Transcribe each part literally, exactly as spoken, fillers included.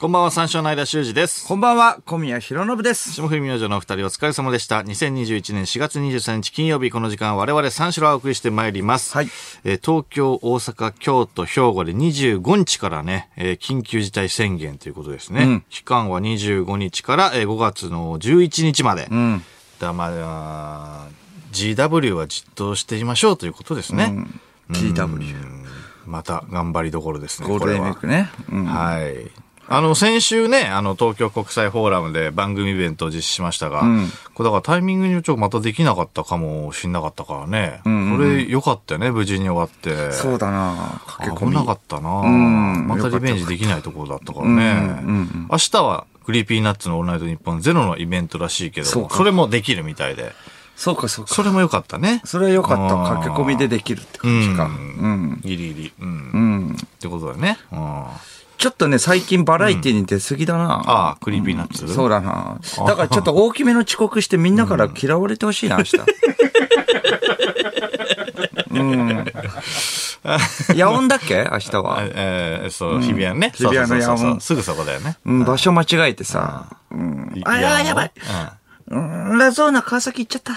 こんばんは、三照の間修二です。 こんばんは、小宮浩信です。 霜降り明星のお二人お疲れ様でした。にせんにじゅういちねんしがつにじゅうさんにち金曜日、この時間我々三四郎をお送りしてまいります。はい。えー、東京、大阪、京都、兵庫でにじゅうごにちからね、えー、緊急事態宣言ということですね。うん、期間はにじゅうごにちから、えー、ごがつのじゅういちにちまで。うん。だまあ、ジーダブリュー はじっとしていましょうということですね。うん、 ジーダブリュー。 また頑張りどころですね。 ゴールデンウィークね。 うん、はい。あの、先週ね、あの、東京国際フォーラムで番組イベントを実施しましたが、うん、これだからタイミングにちょっとまたできなかったかもしんなかったからね。うんうんうん、これ良かったよね、無事に終わって。 そうだな駆け込み。危なかったな、うん、またリベンジできないところだったからね。うんうんうん、明日はクリーピーナッツのオールナイトニッポンゼロのイベントらしいけど、そ, それもできるみたいで。 そうかそうか。 それも良かったね。 それは良かった。駆け込みでできるって感じか。うん。 うん、ギリギリ。うん。うん、ってことだね。うん。 ちょっとね、最近バラエティに出過ぎだな、うん、 ああ、クリーピーナッツ、 うん、そうだな。だからちょっと大きめの遅刻してみんなから嫌われてほしいな、明日。うん。野音だっけ明日は。 えー、そう、日比谷ね。 日比谷の野音。 すぐそこだよね。 うん、場所間違えてさ。うん。あ、やばいやばい。うん。ラゾーナ川崎行っちゃった。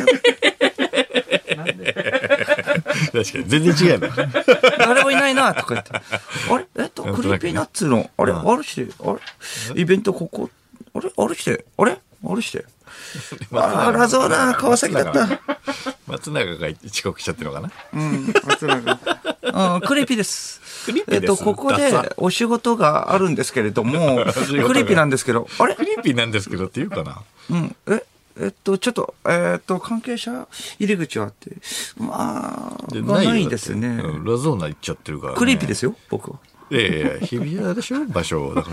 なんで確かに全然違うな。 誰もいないなとか言って。あれえっと、クリーピーナッツの、あれあるして、あれイベントここ、あれあるして、あれあるして。あらそうな、川崎だった。 松永が遅刻しちゃってるのかな。 うん、松永。うん、クリーピーです。えっと、ここでお仕事があるんですけれども、クリーピーなんですけど、あれクリーピーなんですけどって言うかな。 うん、ええっと、ちょっと、えっと、関係者入り口はあって、まあ、ないないですね。 うん、ラゾーナ行っちゃってるから、ね。 クリーピーですよ、僕は。 ええ、日比谷でしょ場所。だから。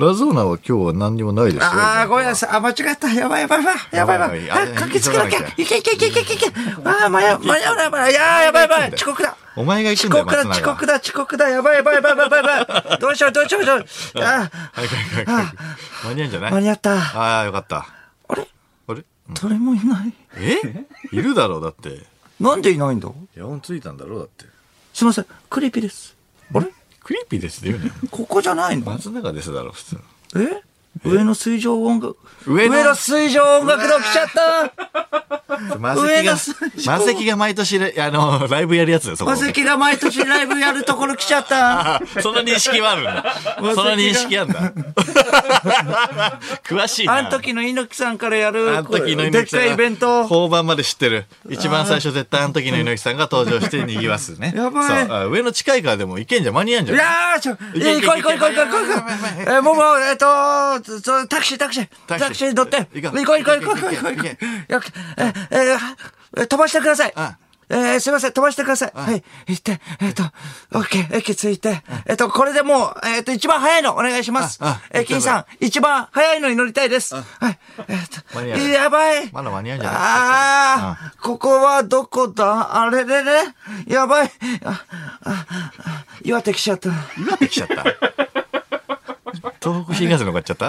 ラゾーナは今日は何にもないですよ。 ああ、ごめんなさい。あ、間違った。やばいやばいやばい。やばいやばい。あ、駆けつけなきゃ。いけいけいけいけいけいけ。ああ、間に合う、間に合うな、やばい。いやー、やばいやばい。遅刻だ。 お前が行くんだよ。 遅刻だ、遅刻だ、遅刻だ。やばいやばいやばいやばいやばい。どうしよう、どうしよう、どうしよう。ああ。 はいはいはい。間に合うんじゃない？ 間に合った。 ああ、よかった。 あれあれ誰もいない。 えいるだろう、だって。 なんでいないんだ？ 野音ついたんだろう、だって。 すいません、クリーピーです。あれクリーピーですって言うね。 ここじゃないの？ 松永ですだろ、普通。 え上の水上音楽。上の水上音楽の来ちゃったマセキが、マセキが毎年、あの、ライブやるやつだよ、そこ。 マセキが毎年ライブやるところ来ちゃった。 その認識はあるんだ。その認識あるんだ。詳しいな。 あの時の猪木さんからやる、 あの時の猪木さん。 でっかいイベント。 交番まで知ってる。一番最初絶対あの時の猪木さんが登場して賑わすね。 やばい。 そう。上の近いからでも行けんじゃん、間に合うんじゃん。 いやー、ちょ、行こう行こう行こう行こう行こう。え、もうもう、えっと、タクシータクシー。タクシー乗って。行こう行こう行こう行こう行こう行こう。え、え、飛ばしてください。えー、すいません、飛ばしてください。はい。行って、えっと、オッケー、駅着いて、えっと、これでもう、えっと、一番早いのお願いします。駅員さん、一番早いのに乗りたいです。はい。えっと、やばい。 まだ間に合うんじゃない？ ああ、ここはどこだ？あれれれやばい。あ、あ、岩手来ちゃった。 岩手来ちゃった？東北新幹線乗っかっちゃった？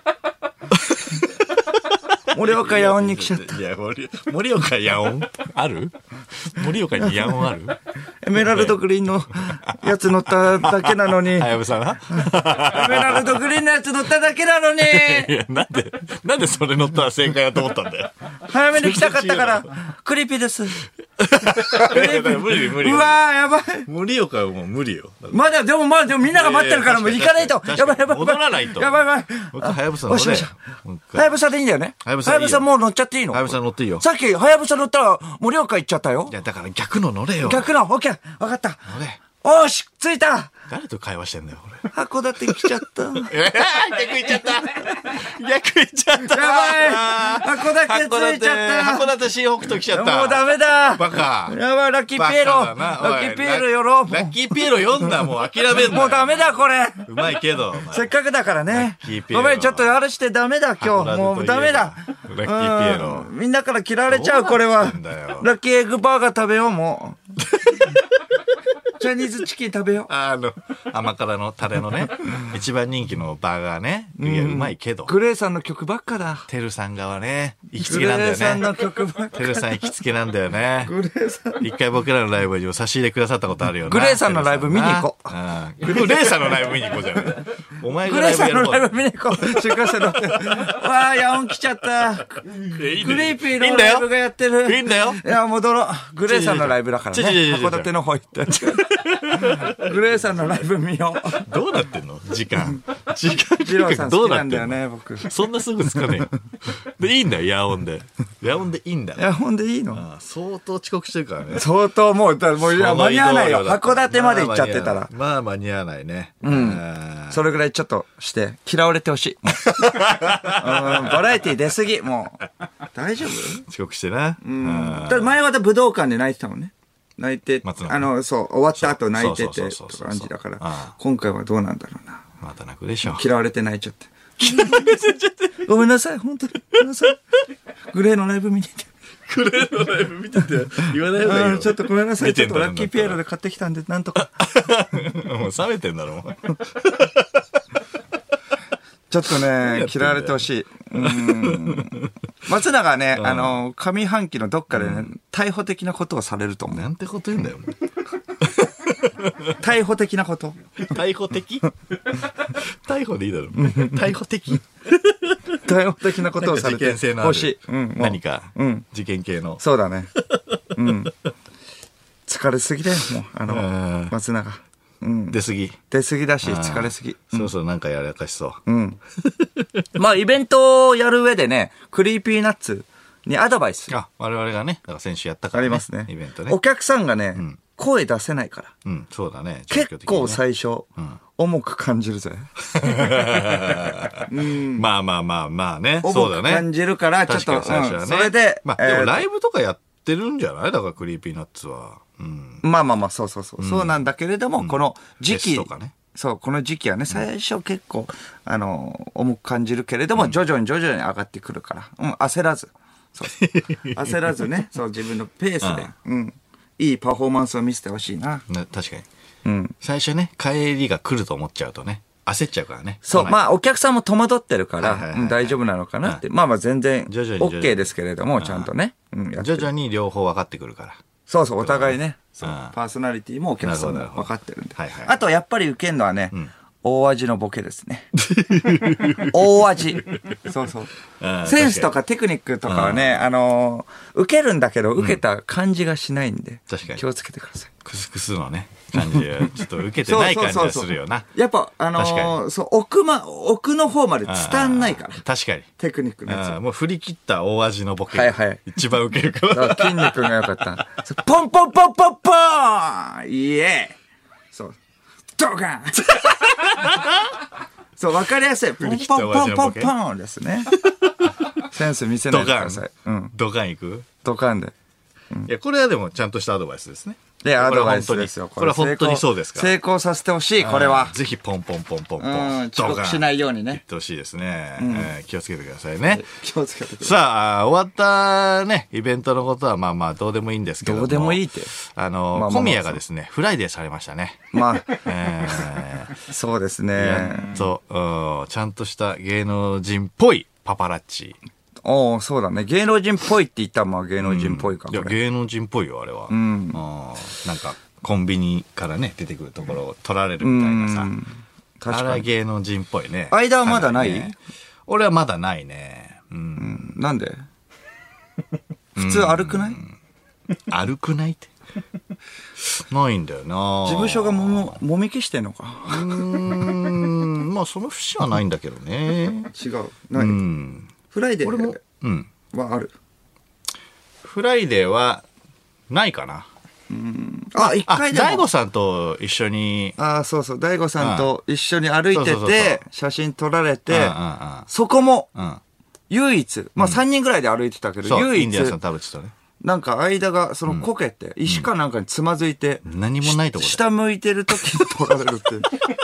盛岡野音に来ちゃった。 いや、盛盛岡野音ある？盛岡に野音ある？ エメラルドグリーンのやつ乗っただけなのに。 はやぶさな？ エメラルドグリーンのやつ乗っただけなのに。 いや、なんで、なんでそれ乗ったら正解だと思ったんだよ。 早めに来たかったから、クリーピーです。 無理無理。 うわー、やばい。 盛岡はもう無理よ。 まだ、でもまだ、でもみんなが待ってるからもう行かないと。やばいやばい。 戻らないと。 やばいやばい。 僕、はやぶさ乗れ。 はやぶさでいいんだよね。はやぶさ。はやぶさもう乗っちゃっていいの？ はやぶさ乗っていいよ。 さっき、はやぶさ乗ったら、盛岡行っちゃったよ。 いや、だから逆の乗れよ。 逆の、オッケー。わかった。 乗れ。 おーし、着いた。 誰と会話してんだよ、これ。 函館来ちゃった。 逆行っちゃった。逆行っちゃった。 やばい。函館着いちゃった。 函館新北斗来ちゃった。 もうダメだ。 バカ。 やばい、ラッキーピエロ。ラッキーピエロよろ。 ラッキーピエロ読んだ、もう諦めんな。 もうダメだ、これ。 うまいけど。 せっかくだからね。ごめん、ちょっとあれしてダメだ、今日。もうダメだ。 ラッキーピエロ。 みんなから嫌われちゃう、これは。ラッキーエッグバーガー食べよう、もう。チャイニーズチキン食べよう。 あの、甘辛のタレのね、一番人気のバーガーね。いや、うまいけど。 グレーさんの曲ばっかだ。 テルさんがはね、行きつけなんだよね。 グレーさんの曲ばっか。 テルさん行きつけなんだよね。 グレーさん。 一回僕らのライブに差し入れくださったことあるよね。 グレーさんのライブ見に行こう。 グレーさんのライブ見に行こうじゃない。 お前グレーさんがライブやるのライブ見に行こう。新幹線乗って。わあ、ヤオン来ちゃった。グリーピーのライブがやってる。 いいんだよ。 いや、戻ろう。グレーさんのライブだからね。函館の方行って。グレーさんのライブ見よう。 どうなってんの時間。時間ジローさん好きなんだよね、僕。 そんなすぐつかねえ。で、いいんだよ、ヤオンで。ヤオンでいいんだよ。 ヤオンでいいの？ ああ相当遅刻してるからね。 相当もう、もういや、間に合わないよ。函館まで行っちゃってたら。 まあ間に合わないね。 うん。それぐらいちょっとして、嫌われてほしい。バラエティ出すぎ、もう。大丈夫？ 遅刻してな。 うん。だ前は武道館で泣いてたもんね。泣いて、あの、そう、終わった後泣いてて、とか感じだから、今回はどうなんだろうな。 また泣くでしょ。 嫌われて泣いちゃって。ごめんなさい、本当に。ごめんなさい。グレーのライブ見に行って。 グレーのライブ見てて、言わない方がいいよ。 ちょっとごめんなさい。ちょっとラッキーピエロで買ってきたんで、なんとか。 もう冷めてんだろ、 ちょっとね、嫌われてほしい。うん松永はね、あの、上半期のどっかでね、逮捕的なことをされると思う。 なんてこと言うんだよ。 逮捕的なこと。 逮捕的逮捕でいいだろ。逮捕的逮捕的なことをされてほしい。 何か、事件系の。 そうだね。うん。疲れすぎだよ、もう。あの、松永。うん、 出過ぎ。 出過ぎだし、疲れすぎ。 そうそう、なんかやらかしそう。 うん。まあ、イベントをやる上でね、クリーピーナッツにアドバイス。 あ、我々がね、だから先週やったからね。 ありますね。 イベントね。 お客さんがね、声出せないから。 うん、そうだね。 結構最初、重く感じるぜ。 まあまあまあまあね。 重く感じるから、ちょっと、それで。 まあ、でもライブとかやってるんじゃないだからクリーピーナッツは。うん、 まあまあまあ、そうそうそう。うん、そうなんだけれども、うん、この時期、ね、そう、この時期はね、最初結構、あの、重く感じるけれども、うん、徐々に徐々に上がってくるから、うん、焦らず。そう焦らずね、そう、自分のペースで、うん、うん、いいパフォーマンスを見せてほしいな。 ね、確かに。うん。最初ね、帰りが来ると思っちゃうとね、焦っちゃうからね。 そう、まあ、お客さんも戸惑ってるから、大丈夫なのかなって。まあまあ、全然、OK ですけれども、ちゃんとね。 うん、徐々に両方分かってくるから。 そうそう、お互いね。パーソナリティもお客さんも分かってるんで。あと、やっぱり受けるのはね、大味のボケですね。大味。そうそう。センスとかテクニックとかはね、あの、受けるんだけど、受けた感じがしないんで、気をつけてください。 クスクスのね、感じが、ちょっと受けてない感じがするよな。 やっぱ、あの、そう、奥ま、奥の方まで伝わんないから。 確かに。 テクニックのやつ。 もう振り切った大味のボケ。はいはい。一番受けるから。 筋肉が良かった。ポンポンポンポンポーンイエーそう。ドカンそう、わかりやすい。ポンポンポンポンポンですね。センス見せないでください。 うん。ドカンいくドカンで。 いや、これはでもちゃんとしたアドバイスですね。 で、アドバイスですよ。 これは本当にそうですか。 成功させてほしい、これは。 ぜひポンポンポンポンポン。遅刻しないようにね。 言ってほしいですね。気をつけてくださいね。 気をつけてください。 さあ、終わったね、イベントのことはまあまあどうでもいいんですけども。 どうでもいいって。 あの、小宮がですね、フライデーされましたね。 まあ、そうですね。 そう、ちゃんとした芸能人っぽいパパラッチ。 おお、そうだね。芸能人っぽいって言ったらまあ芸能人っぽいか。 いや、芸能人っぽいよ、あれは。うん。なんか、コンビニからね、出てくるところを撮られるみたいなさ。確かに。あれは芸能人っぽいね。 間はまだない？ 俺はまだないね。うん。 なんで？普通歩くない？ 歩くないって。ないんだよな。 事務所がもも、もみ消してんのか。 うーん。まあ、その節はないんだけどね。 違う。ない。うん。フライデーはある。 フライデーはないかな。 うん、あ、一回でも。 大悟さんと一緒に。 あ、そうそう。大悟さんと一緒に歩いてて、写真撮られて、そこも、唯一、まあさんにんぐらいで歩いてたけど、唯一。インディアンスの田淵とね。なんか間が、そのこけて、石かなんかにつまずいて、 何もないところ下向いてる時に取られるって、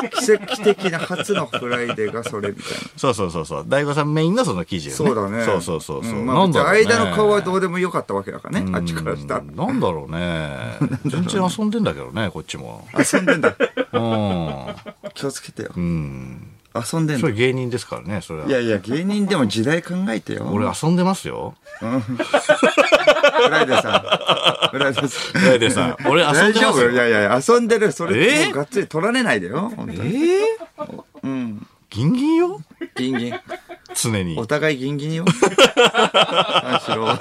奇跡的な初のフライデーがそれみたいな。 そうそうそうそう。大悟さんメインのその記事よね。 そうだね。 そうそうそうそう。 なんだろうね。間の顔はどうでもよかったわけだからね。あっちからしたら。 なんだろうね。全然遊んでんだけどね、こっちも。 遊んでんだ。 うん。 気をつけてよ。 うん。 遊んでんだ。 それ芸人ですからね、それは。 いやいや、芸人でも時代考えてよ。 俺遊んでますよ。うん。 フライデーさん。フライデーさん。 フライデーさん。俺遊んでますよ。 いやいや、遊んでる。それ、がっつり取られないでよ。 ええうん。 ギンギンよ。 ギンギン。 常に。 お互いギンギンよ。三四郎。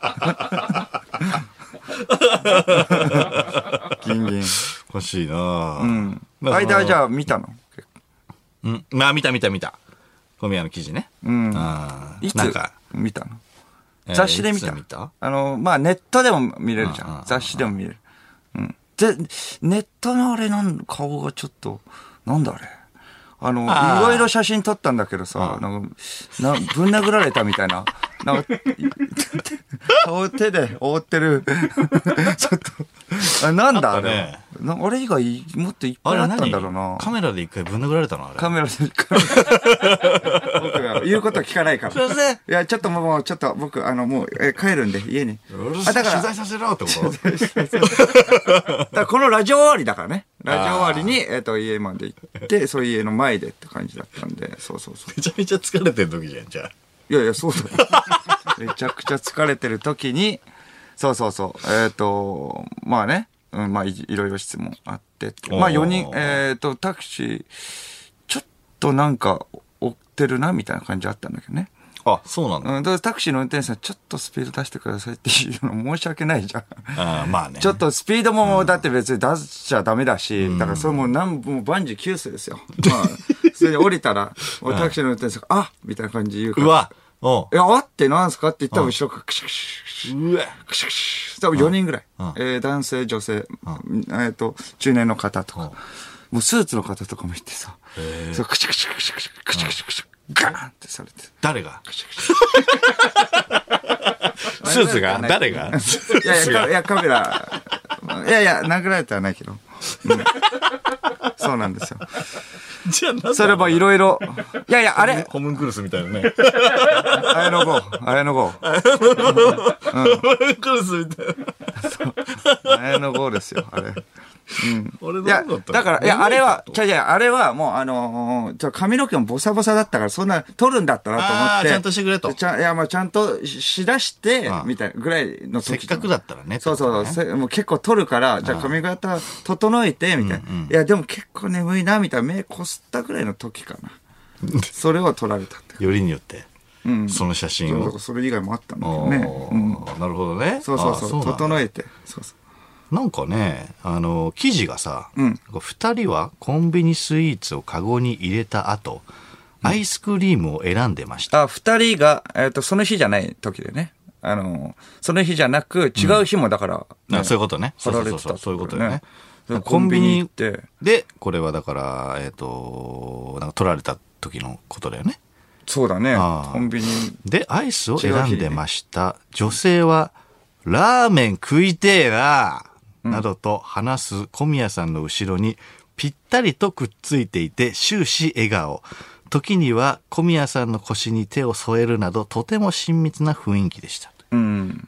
ギンギン。 欲しいなぁ。うん。 間じゃあ見たの？ うん。まあ見た見た見た。小宮の記事ね。 うん。あいつなんか見たの？雑誌で見た。見たあの、まあネットでも見れるじゃん。雑誌でも見れる。うん。で、ネットのあれなん顔がちょっと、なんだあれ。あの、いろいろ写真撮ったんだけどさ、なんか、な、ぶん殴られたみたいな。なんか、顔手で覆ってる。ちょっと、あなんだあれ。なあれ以外もっといっぱいあったんだろうな。 カメラで一回ぶん殴られたのあれ。 カメラで、カメラ僕が言うこと聞かないから。すいません。いや、ちょっともう、ちょっと僕、あの、もう、え帰るんで、家に。 あ、だから。取材させろってことだからこのラジオ終わりだからね。ラジオ終わりに、えっと、家まで行って、そういう家の前でって感じだったんで、そうそうそう。 めちゃめちゃ疲れてる時じゃん、じゃあ。 いやいや、そうだよ。めちゃくちゃ疲れてる時に、そうそうそう。えっと、まあね。うん、まあい、いろいろ質問あって。まあよにん、えっ、ー、と、タクシー、ちょっとなんか追ってるな、みたいな感じあったんだけどね。 あ、そうなんだ。 うん、だからタクシーの運転手さん、ちょっとスピード出してくださいっていうの申し訳ないじゃん。 ああ、まあね。 ちょっとスピードも、だって別に出しちゃダメだし、うん、だからそれもう何、もう万事休すですよ。まあ、それで降りたら、タクシーの運転手さんが、あみたいな感じで言うから。 うわおいや、あってなんすかって言ったら後ろからクシュクシュクシュ。うわクシュクシュ。多分よにんぐらい。えー、男性、女性、えっと、中年の方とか。もうスーツの方とかもいてさ。そう、クシュクシュクシュクシュクシュクシュクシュガーンってされて。 誰がスーツが誰がいやいや、いや、カメラ。いやいや、殴られてはないけど。うん、そうなんですよ。 じゃあなんそれもいろいろ。いやいや、あれホムンクルスみたいなね。 綾野剛。綾野剛。 ホムンクルスみたいな。綾野剛ですよ、あれ。うん。 俺いや、だから、いや、あれは、じゃじゃあれはもう、あのー、髪の毛もボサボサだったから、そんな、撮るんだったなと思って。 ちゃんとしてくれと。 ちゃいや、まあちゃんとしだして、みたいなぐらいの時。 せっかくだったらね。 そうそうそう。もう結構撮るから、じゃあ髪型整えて、みたいな。いや、でも結構眠いな、みたいな。目こすったぐらいの時かな。それを撮られたって。 よりによって。 うん。 その写真を。 そう、それ以外もあったんだけどね。うん。 なるほどね。 そうそうそう。整えて。そうそう。 なんかね、あの、記事がさ、うん、二人はコンビニスイーツをカゴに入れた後、アイスクリームを選んでました。 あ、二人が、えっと、その日じゃない時でね。あの、その日じゃなく、違う日もだから、 ね、うん、そういうことね。そうそうそうそう、そういうことよね。コンビニ行って。で、これはだから、えっと、なんか取られた時のことだよね。 そうだね。コンビニ。 で、アイスを選んでました。女性は、ラーメン食いてえななどと話す小宮さんの後ろにぴったりとくっついていて終始笑顔。時には小宮さんの腰に手を添えるなどとても親密な雰囲気でした。うん。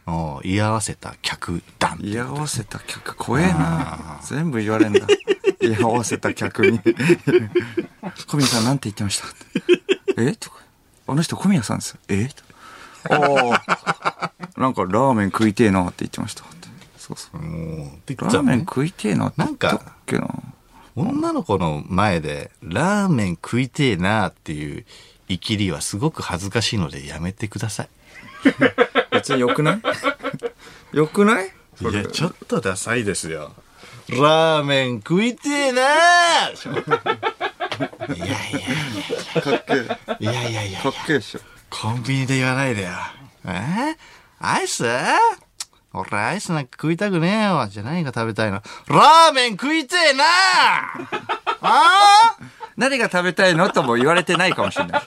居合わせた客団。 居合わせた客怖えな。全部言われんだ。居合わせた客に。小宮さんなんて言ってましたえとか。あの人小宮さんですよ。えとおなんかラーメン食いてえなって言ってました。そうそう。ラーメン食いてえなって言ったっけな。 女の子の前でラーメン食いてえなっていうイキリはすごく恥ずかしいのでやめてください。 別に良くない良くない？ いや、ちょっとダサいですよ。ラーメン食いてえな。いやいやいや。 かっけえ。 いやいやいや。 かっけえっしょ。 コンビニで言わないでよ。えー、アイス俺アイスなんか食いたくねえよ。じゃ何が食べたいの？ラーメン食いてえなあ何が食べたいのとも言われてないかもしれない。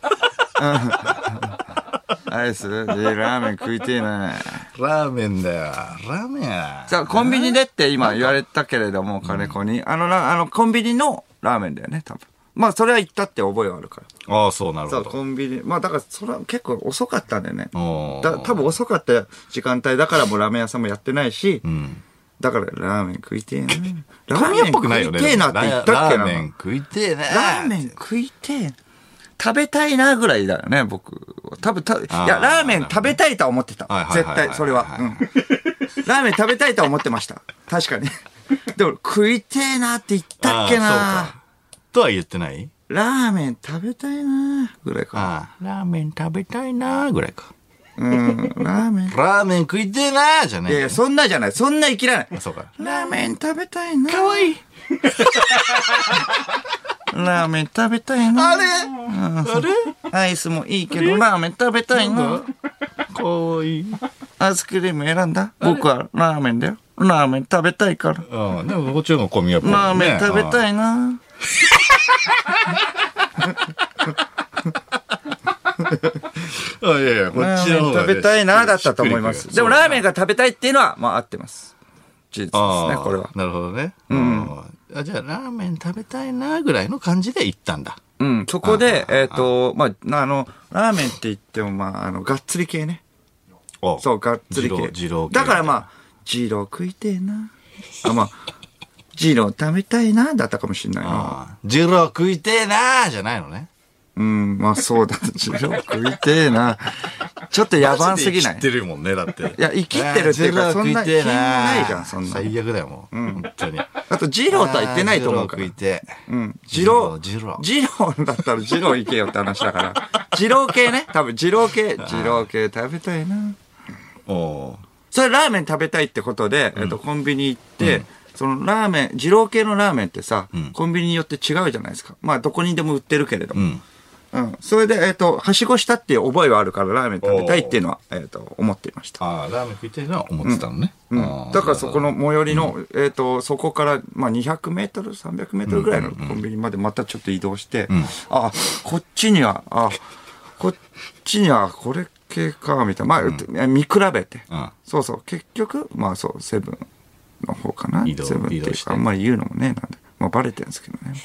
アイスでラーメン食いてえなラーメンだよ。ラーメンや。 じゃあコンビニでって今言われたけれども、金子に。あの、あの、コンビニのラーメンだよね、多分。まあ、それは言ったって覚えはあるから。 ああ、そうなるほど。 そう、コンビニ。まあ、だから、それは結構遅かったんだよね。だ多分遅かった時間帯だからもうラーメン屋さんもやってないし、うん、だからラーメン食いてえな。 ラーメン食いてえなって言ったっけな。ラーメン食いてえな。 ラーメン食いてえな。食べたいなぐらいだよね、僕。多分た、いや、ラーメン食べたいとは思ってた。絶対、それは。うん。ラーメン食べたいとは思ってました。確かに。でも、食いてえなって言ったっけな。 とは言ってない？ ラーメン食べたいなぐらいか。 ああ、ラーメン食べたいなぐらいか。 うん、ラーメン。 ラーメン食いてえなじゃない。 いやいや、そんなじゃない。そんな生きらない。 あ、そうか。 ラーメン食べたいな。 かわいい。 ラーメン食べたいな。 あれ、うん、あれアイスもいいけど、ラーメン食べたいな。 かわいい。 アイスクリーム選んだ？僕はラーメンだよ。ラーメン食べたいから。 うん、でもこっちの小宮っぽいね。 ラーメン食べたいな。 あ、いやいや、こっちの方が、ね、 食べたいなだったと思います。でもラーメンが食べたいっていうのは、まあ合ってます。事実ですね、これは。 なるほどね。 うん。 あ、じゃあ、ラーメン食べたいなぐらいの感じで行ったんだ。 うん。そこで、えっと、まあ、あの、ラーメンって言っても、まあ、あの、がっつり系ね。そう、がっつり系。 二郎系。 だからまあ、二郎食いてえな。あ、まあ、二郎食べたいな、だったかもしれないな。 二郎食いてえなじゃないのね。 うん、まあそうだ。二郎食いてえな。ちょっと野蛮すぎない？ 生きてるもんね、だって。 いや、生きてるっていうか、そんな気ないじゃん、そんな。 最悪だよ、もう。うん。本当に。 あと、二郎とは言ってないと思うから。 二郎食いて。 うん。二郎、二郎。二郎だったら二郎行けよって話だから。二郎系ね。多分二郎系、二郎系食べたいな。 おー。 それラーメン食べたいってことで、えっと、コンビニ行って、そのラーメン、二郎系のラーメンってさ、コンビニによって違うじゃないですか。まあ、どこにでも売ってるけれども。うん。それで、えっと、はしごしたっていう覚えはあるから、ラーメン食べたいっていうのは、えっと、思っていました。 ああ、ラーメン食いたいのは思ってたのね。 うん。だからそこの最寄りの、えっと、そこから、まあ、にひゃくメートル、さんびゃくメートルぐらいのコンビニまでまたちょっと移動して、あ、こっちには、あ、こっちにはこれ系か、みたいな。まあ、見比べて。そうそう。結局、まあそう、セブンの方かな。セブンっていうか、あんまり言うのもね、なんで。まあ、バレてるんですけどね。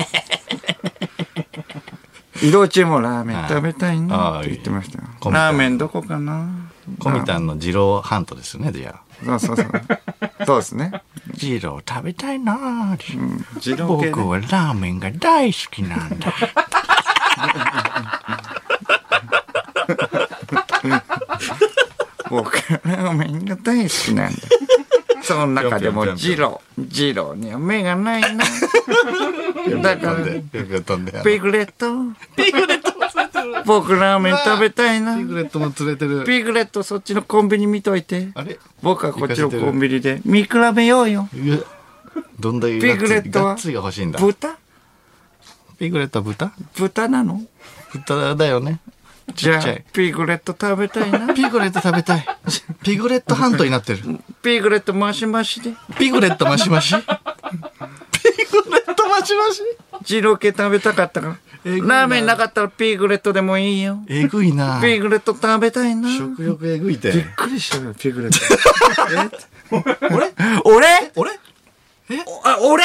移動中もラーメン食べたいなって言ってましたよ。ラーメンどこかな。 コミタンの二郎ハントですよね、じゃあ。そうそうそう。そうですね。 二郎食べたいなー、うん、 二郎系、ね、 僕はラーメンが大好きなんだ。 僕はラーメンが大好きなんだ。その中でも二郎、二郎には目がないな。だから、ピグレット。 ピグレットも連れてる。 僕ラーメン食べたいな。 ピグレットも連れてる。 ピグレットそっちのコンビニ見といて。 あれ？ 僕はこっちのコンビニで見比べようよ。 どんだけピグレットはガッツリが欲しいんだ。 豚？ ピグレットは豚？ 豚なの？ 豚だよね。 じゃあ、ピグレット食べたいな。 ピグレット食べたい。ピグレットハントになってる。 ピグレットマシマシで。 ピグレットマシマシ。ピグレットマシマシ。 二郎系食べたかったから。ラーメンなかったらピグレットでもいいよ。 えぐいな。 ピグレット食べたいな。 食欲えぐいて。 びっくりしたよ、ピグレット。 え俺俺俺えあ、俺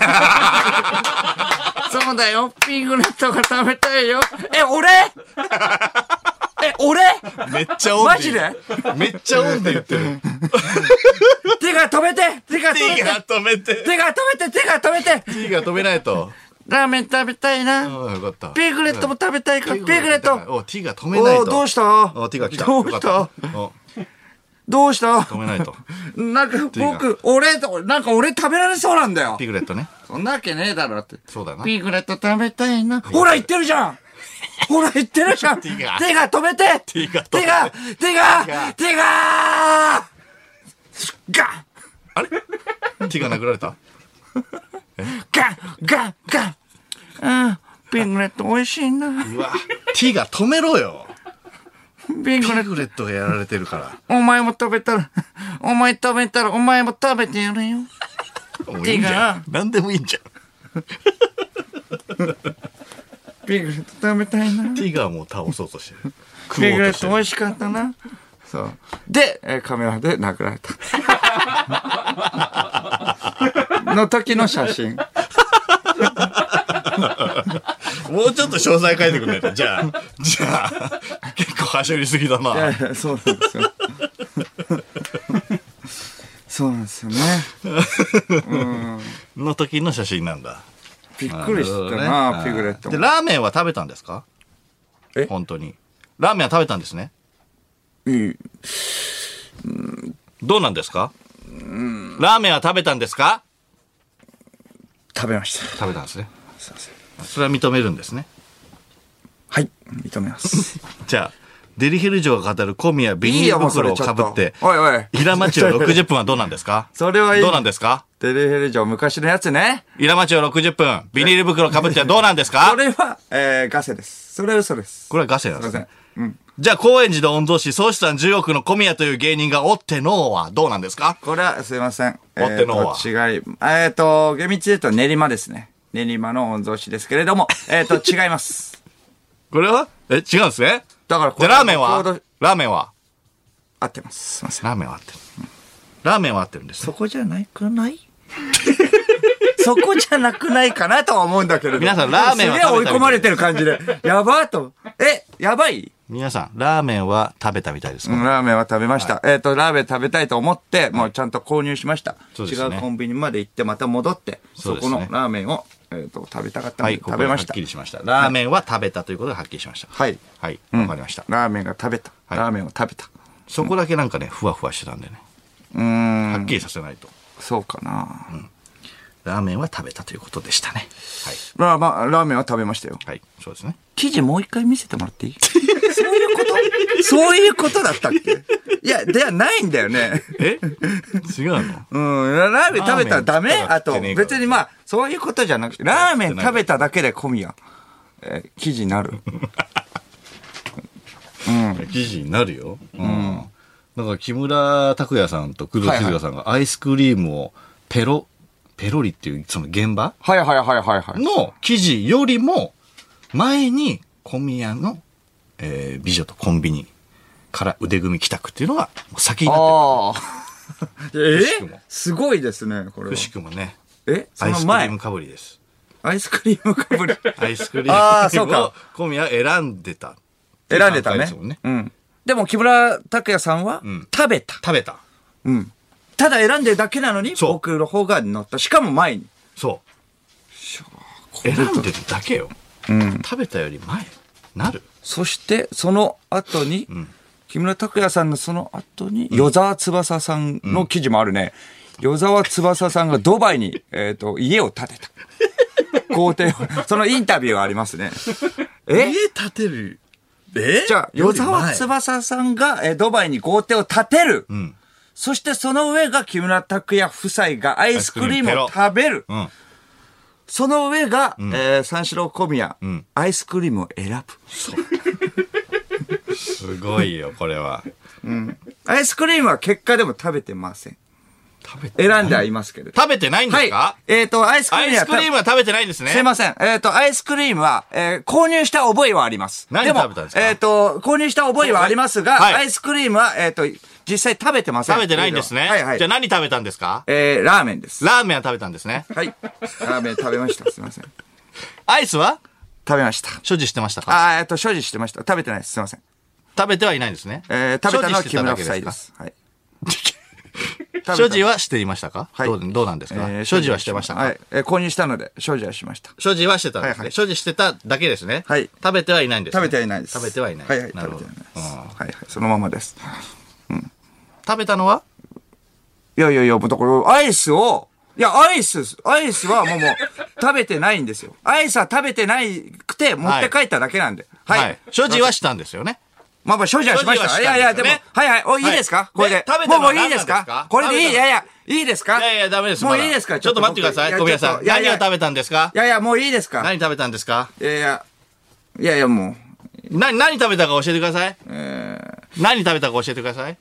そうだよ、ピグレットが食べたいよ。え、俺え、俺めっちゃオンで。 マジでめっちゃオンで言ってる。 手が止めて手が止めて手が止めて手が止めて手が止めて手が止めないと。 ラーメン食べたいな。 よかった。 ピグレットも食べたいから、ピグレット。 お、手が止めないと。 お、どうしたお、手が来た。 どうしたどうした止めないと。 なんか僕、俺、なんか俺食べられそうなんだよ。 ピグレットね。 そんなわけねえだろって。 そうだな。 ピグレット食べたいな。ほら言ってるじゃんほら言ってるじゃん手が止めて手が手が手が手がガンあれ手が殴られたガンガンガンうん、ピグレット美味しいな。 うわ、手が止めろよ。 ピグレットがやられてるから。 お前も食べたら、お前食べたらお前も食べてやるよ。 手が。なんでもいいんじゃん。 ピグレット食べたいな。 ティガーも倒そうとしてる。 ピグレット美味しかったな。そう。で、えー、カメラで殴られた。の時の写真。 もうちょっと詳細書いてくれないじゃあ、じゃあ、結構はしょりすぎだな。 いやいや、そうなんですよ。そうなんですよね。 うん。の時の写真なんだ。 びっくりしたな、ピグレット。 で、ラーメンは食べたんですか？え？本当に。ラーメンは食べたんですね。 いい。 どうなんですか？ラーメンは食べたんですか？ 食べました。 食べたんですね。すいません。それは認めるんですね。 はい、認めます。 じゃあ、デリヘル嬢が語る小宮ビニール袋をかぶって、 おいおい。 平町をろくじゅっぷんはどうなんですか？ それはいい。 どうなんですか？ デリヘル嬢昔のやつね。 平町をろくじゅっぷん、ビニール袋かぶってはどうなんですか？ それは、えー、ガセです。それは嘘です。 これはガセなんですね。 うん。 じゃあ、高円寺の御曹司、総資産じゅうおくの小宮という芸人がおってのはどうなんですか？ これは、すいません。 おってのは。 えー、違い、えっ、ー、と、厳密に言うと練馬ですね。練馬の御曹司ですけれども、えっ、ー、と、違います。 これはえ、違うんですね。 だからこれ、 じゃあ、ラーメンはラーメンは合ってます。すいません。 ラーメンは合ってる。うん、ラーメンは合ってるんです、ね。 そこじゃないくないそこじゃなくないかなとは思うんだけれど。 皆さん、ラーメンは食べた。 すげえ追い込まれてる感じで。やばーと。え、やばい？ 皆さん、ラーメンは食べたみたいですか？ うん、ラーメンは食べました。はい、えっ、ー、と、ラーメン食べたいと思って、もうちゃんと購入しました。 そうですね、 違うコンビニまで行って、また戻って、そこのラーメンを、えっ、ー、と、食べたかったので、はい、食べました。 はっきりしました。ラーメンは食べたということがはっきりしました。 はい。 はい。わ、うん、かりました。 ラーメンが食べた。はい、ラーメンを食べた。 そこだけなんかね、ふわふわしてたんでね。 うん。 はっきりさせないと。 そうかな。うん。 ラーメンは食べたということでしたね。はい。 まあまあ、ラーメンは食べましたよ。 はい。そうですね。 記事もう一回見せてもらっていい？そういうことそういうことだったっけ？いや、ではないんだよね。 え違うの？ うん。ラーメン食べたらダメ？あと、別にまあ、そういうことじゃなくて、ラーメン食べただけで小宮、えー、記事になる。 うん。記事になるよ。うん。だから木村拓哉さんと工藤静香さんがアイスクリームをペロ、ペロリっていうその現場はいはいはいはいはい。 の記事よりも前に小宮の、えー、美女とコンビニから腕組み帰宅っていうのが先になってる。 えー、すごいですね、これは。 くしくもね。 えその前アイスクリームかぶりです。 アイスクリームかぶり。 アイスクリームを小宮選んでた。 選んでたね。ねうん。でも木村拓哉さんは、うん、食べた。 食べた。 うん。ただ選んでるだけなのに、僕の方が乗った。しかも前に。 そう。選んでるだけよ。うん。食べたより前。なる。 そして、その後に、うん、木村拓哉さんのその後に、与沢翼さんの記事もあるね。うん、与沢翼さんがドバイに、えっと、家を建てた。豪邸を。そのインタビューがありますね。 え家建てるえじゃあ、与沢翼さんが、えー、ドバイに豪邸を建てる。うん、そしてその上が木村拓哉夫妻がアイスクリームを食べる。うん、その上が、うん、えー、三四郎小宮、うん、アイスクリームを選ぶ。すごいよ、これは、 うん。アイスクリームは結果でも食べてません。食べて選んではいますけれど。 食べてないんですか？ はい。えっ、ー、と、アイスクリームは。 アイスクリームは食べてないんですね。 すいません。えっ、ー、と、アイスクリームは、えー、購入した覚えはあります。 何食べたんですか？ えっ、ー、と、購入した覚えはありますが、はい、アイスクリームは、えっ、と、実際食べてません。 食べてないんですね。はいはい。じゃあ何食べたんですか？ えー、ラーメンです。 ラーメンは食べたんですね。 はい。ラーメン食べました。すいません。 アイスは食べました。 所持してましたか？ あえっと、所持してました。食べてないです。すいません。 食べてはいないんですね。 えー、食べたのは木村夫妻です。はい。 所持はしていましたか？はい。どう、どうなんですか？えー、所持はしてましたか？ はい。えー、購入したので、所持はしました。 所持はしてたんですね。はいはい、所持してただけですね。はい。食べてはいないんです、ね。 食べてはいないです。 食べてはいない。 はいはい。食べてはいないです。はいはい。そのままです。 うん。食べたのはいやいやいや、だから、アイスを、いや、アイス、アイスはもう、もう、食べてないんですよ。アイスは食べてないくて、持って帰っただけなんで。はい。はい、 所持はしたんですよね。 まあまあ、所持はしました。したね、いやいや、でも、はいはい、お、いいですか、はい、これで。 食べたのはもういいですかこれでいいいやいや、いいですかいやいや、ダメです。 もういいですかちょっと待ってください、小宮さん。何を食べたんですか？ いやいや、もういいですか何食べたんですか？ いやいや、いやいや、もう。な、何食べたか教えてください。えー、何食べたか教えてください。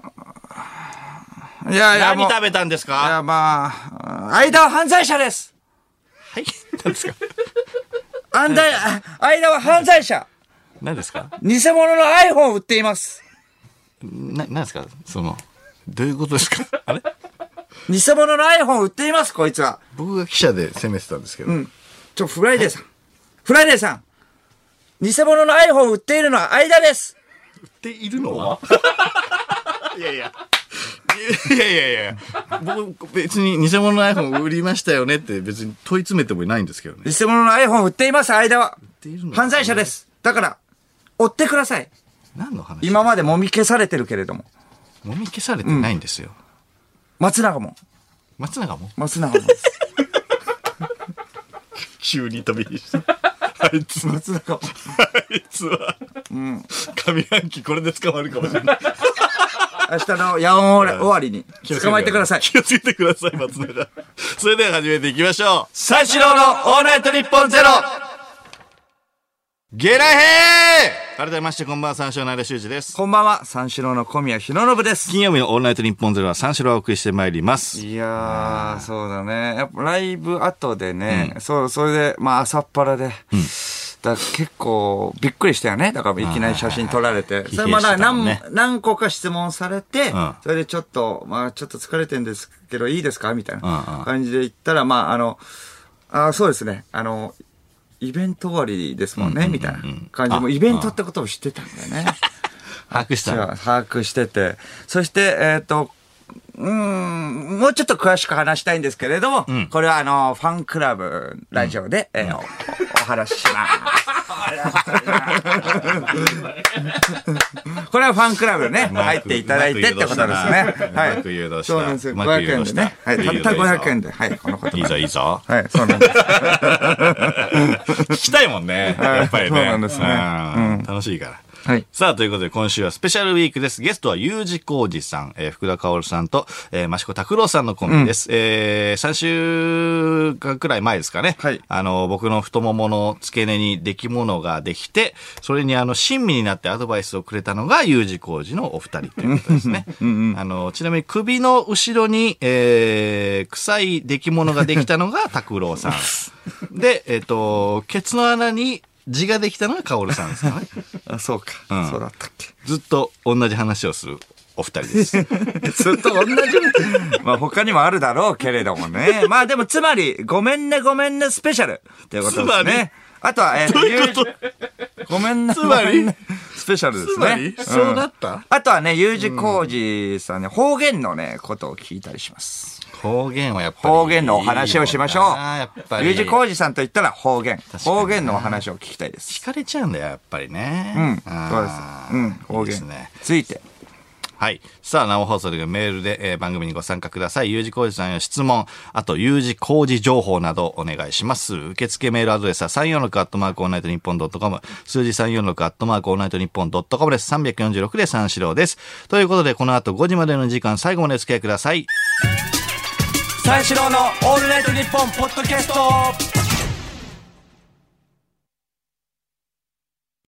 いやいや、 何食べたんですか？ いや、まあ、間は犯罪者です。 はい。何ですか？ 間、間は犯罪者。 何ですか？ 偽物の iPhone を売っています。 な、何ですか？その、どういうことですか？あれ？ 偽物の iPhone を売っています、こいつは。 僕が記者で責めてたんですけど。うん。 ちょ、フライデーさん。フライデーさん。偽物の iPhone を売っているのは間です。 売っているのはいやいや。いやいやいや僕別に偽物の iPhone 売りましたよねって別に問い詰めてもいないんですけどね。 偽物の iPhone 売っています、間は。犯罪者です。だから、追ってください。 何の話？ 今までもみ消されてるけれども。 もみ消されてないんですよ。うん、 松永も。 松永も松永もです。 急に飛び火した。 あいつ松坂あいつは、うん、上半期これで捕まるかもしれない明日の夜終わりに捕まえてください。 気をつけてください、松永。それでは始めていきましょう。 三四郎のオールナイトニッポンゼロ。 ゲラヘー。改めましてこんばんは、三四郎の間修二です。 こんばんは、三四郎の小宮浩信です。 金曜日のオールナイトニッポンゼロは三四郎をお送りしてまいります。 いやー、そうだね。やっぱライブ後でね、うん、そう、それで、まあ朝っぱらで、うん、だ結構びっくりしたよね。だからいきなり写真撮られて。それまだ何、ね、何個か質問されて、うん、それでちょっと、まあちょっと疲れてるんですけどいいですかみたいな感じで言ったら、まああの、あそうですね、あの、イベント終わりですもんね、みたいな感じで、もうイベントってことを知ってたんだよね。 把握した。 把握してて。そして、えっと、うーん、もうちょっと詳しく話したいんですけれども、うん、これはあの、ファンクラブラジオで、うん、えー、お, お話しします。これはファンクラブね、入っていただいてってことですね。 はい。 そうなんですよ。ごひゃくえんでね。はい。たったごひゃくえんで。はい。このこと。 いいぞ、いいぞ。 はい。そうなんです。 聞きたいもんね。やっぱりね。 そうなんですね。 楽しいから。 はい。 さあ、ということで今週はスペシャルウィークです。ゲストは U 字工事さん、えー、福田薫さんと、えー、益子拓郎さんのコンビです。うん、えー、さんしゅうかんくらい前ですかね。はい。あの、僕の太ももの付け根に出来物ができて、それにあの、親身になってアドバイスをくれたのが U 字工事のお二人ということですね。うんうん、あの、ちなみに首の後ろに、えー、臭い出来物ができたのが拓郎さん。で、えっ、ー、と、ケツの穴に、字ができたのがカオルさんですかね。 あ、そうか、うん。そうだったっけ。 ずっと同じ話をするお二人です。 ずっと同じ。まあ他にもあるだろうけれどもね。まあでもつまり、ごめんねごめんねスペシャルっていうことですね。あとは、えー、 どういうことごめんね。 つまりスペシャルですね。 つまり、うん、そうだった？ あとはね、U 字工事さんね、方言のね、ことを聞いたりします。 方言はやっぱり方言のお話をしましょう。 やっぱり U 字工事さんと言ったら方言。方言のお話を聞きたいです。 聞かれちゃうんだよ、やっぱりね。 うん。そうです。うん。方言。いいですね。ついて。 はい。さあ、生放送でメールで、えー、番組にご参加ください。U 字工事さんへの質問、あと U 字工事情報などお願いします。受付メールアドレスはさんよんろくアットマークオールナイトニッポンドットコム、数字さんよんろくアットマークオールナイトニッポンドットコムです。さんびゃくよんじゅうろくで三四郎です。ということで、この後ごじまでの時間、最後までお付き合いください。 三四郎のオールナイトニッポンポッドキャスト。